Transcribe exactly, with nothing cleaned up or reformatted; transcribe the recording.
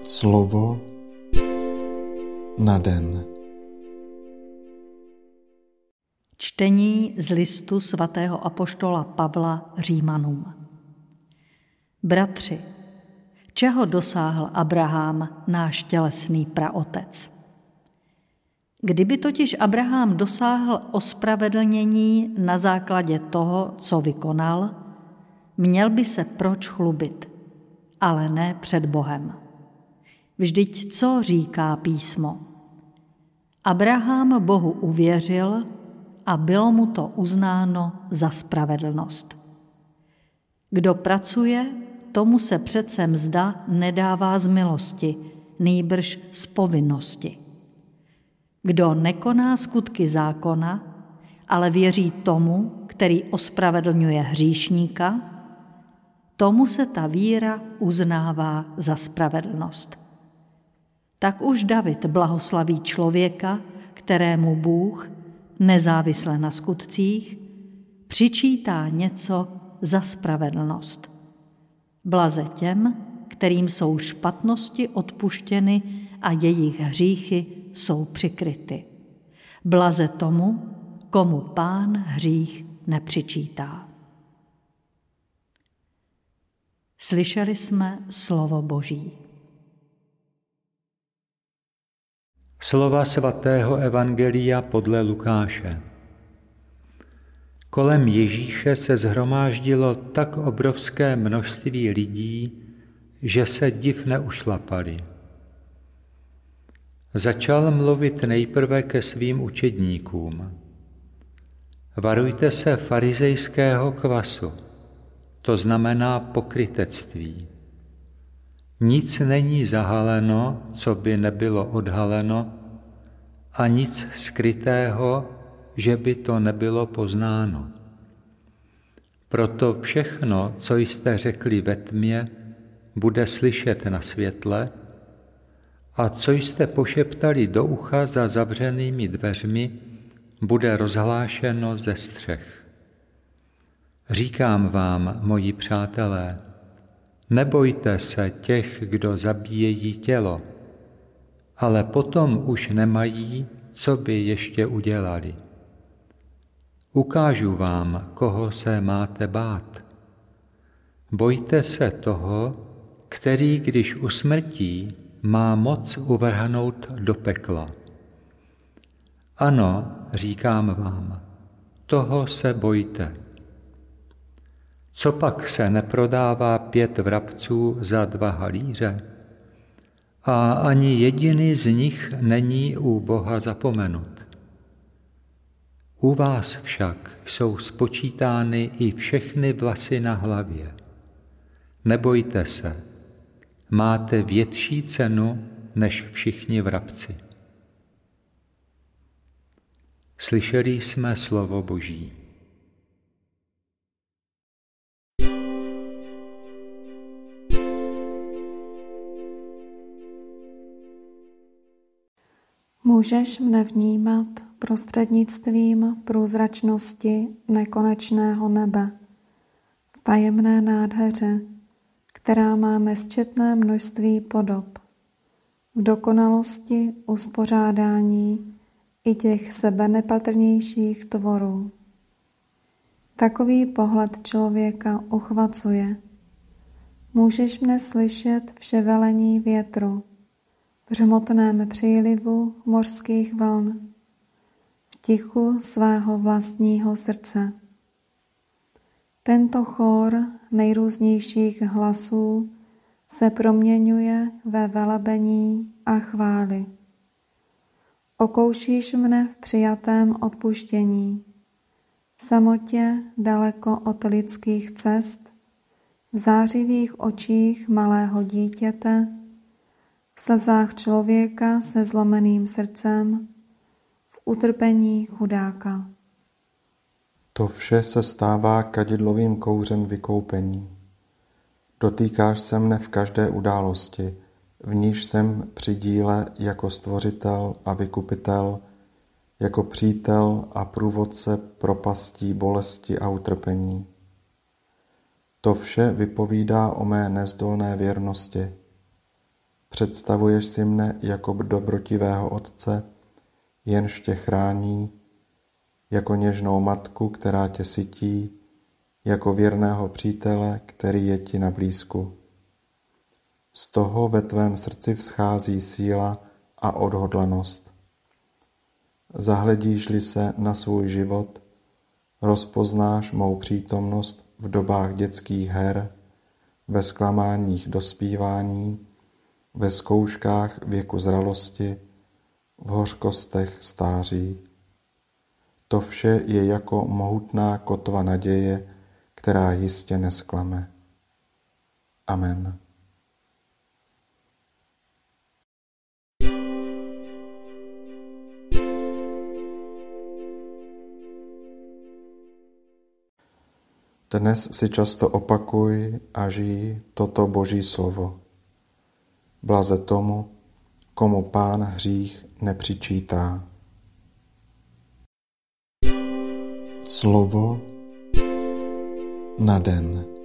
Slovo na den. Čtení z listu svatého apoštola Pavla Římanům. Bratři, čeho dosáhl Abraham, náš tělesný praotec? Kdyby totiž Abraham dosáhl ospravedlnění na základě toho, co vykonal, měl by se proč chlubit, ale ne před Bohem. Vždyť co říká písmo? Abraham Bohu uvěřil a bylo mu to uznáno za spravedlnost. Kdo pracuje, tomu se přece mzda nedává z milosti, nýbrž z povinnosti. Kdo nekoná skutky zákona, ale věří tomu, který ospravedlňuje hříšníka, tomu se ta víra uznává za spravedlnost. Tak už David blahoslaví člověka, kterému Bůh, nezávisle na skutcích, přičítá něco za spravedlnost. Blaze těm, kterým jsou špatnosti odpuštěny a jejich hříchy jsou přikryty. Blaze tomu, komu Pán hřích nepřičítá. Slyšeli jsme slovo Boží. Slova svatého evangelia podle Lukáše. Kolem Ježíše se shromáždilo tak obrovské množství lidí, že se div neušlapali. Začal mluvit nejprve ke svým učedníkům. Varujte se farizejského kvasu, to znamená pokrytectví. Nic není zahaleno, co by nebylo odhaleno, a nic skrytého, že by to nebylo poznáno. Proto všechno, co jste řekli ve tmě, bude slyšet na světle, a co jste pošeptali do ucha za zavřenými dveřmi, bude rozhlášeno ze střech. Říkám vám, moji přátelé, nebojte se těch, kdo zabíjejí tělo, ale potom už nemají, co by ještě udělali. Ukážu vám, koho se máte bát. Bojte se toho, který, když usmrtí, má moc uvrhnout do pekla. Ano, říkám vám, toho se bojte. Co pak se neprodává pět vrabců za dva halíře? A ani jediný z nich není u Boha zapomenut. U vás však jsou spočítány i všechny vlasy na hlavě. Nebojte se, máte větší cenu než všichni vrabci. Slyšeli jsme slovo Boží. Můžeš mne vnímat prostřednictvím průzračnosti nekonečného nebe, v tajemné nádheře, která má nesčetné množství podob, v dokonalosti uspořádání i těch sebenepatrnějších tvorů. Takový pohled člověka uchvacuje. Můžeš mne slyšet v ševelení větru, v hřmotném přílivu mořských vln, v tichu svého vlastního srdce. Tento chór nejrůznějších hlasů se proměňuje ve velebení a chvály. Okoušíš mne v přijatém odpuštění, v samotě daleko od lidských cest, v zářivých očích malého dítěte, v slzách člověka se zlomeným srdcem, v utrpení chudáka. To vše se stává kadidlovým kouřem vykoupení. Dotýkáš se mne v každé události, v níž jsem při díle jako stvořitel a vykupitel, jako přítel a průvodce propastí bolesti a utrpení. To vše vypovídá o mé nezdolné věrnosti. představuješ si mne jako dobrotivého otce, jenž tě chrání, jako něžnou matku, která tě sytí, jako věrného přítele, který je ti na blízku. Z toho ve tvém srdci vzchází síla a odhodlanost. Zahledíš-li se na svůj život, rozpoznáš mou přítomnost v dobách dětských her, ve zklamáních dospívání, ve zkouškách věku zralosti, v hořkostech stáří. To vše je jako mohutná kotva naděje, která jistě nesklame. Amen. Dnes si často opakuj a žij toto Boží slovo. Blaze tomu, komu Pán hřích nepřičítá. Slovo na den.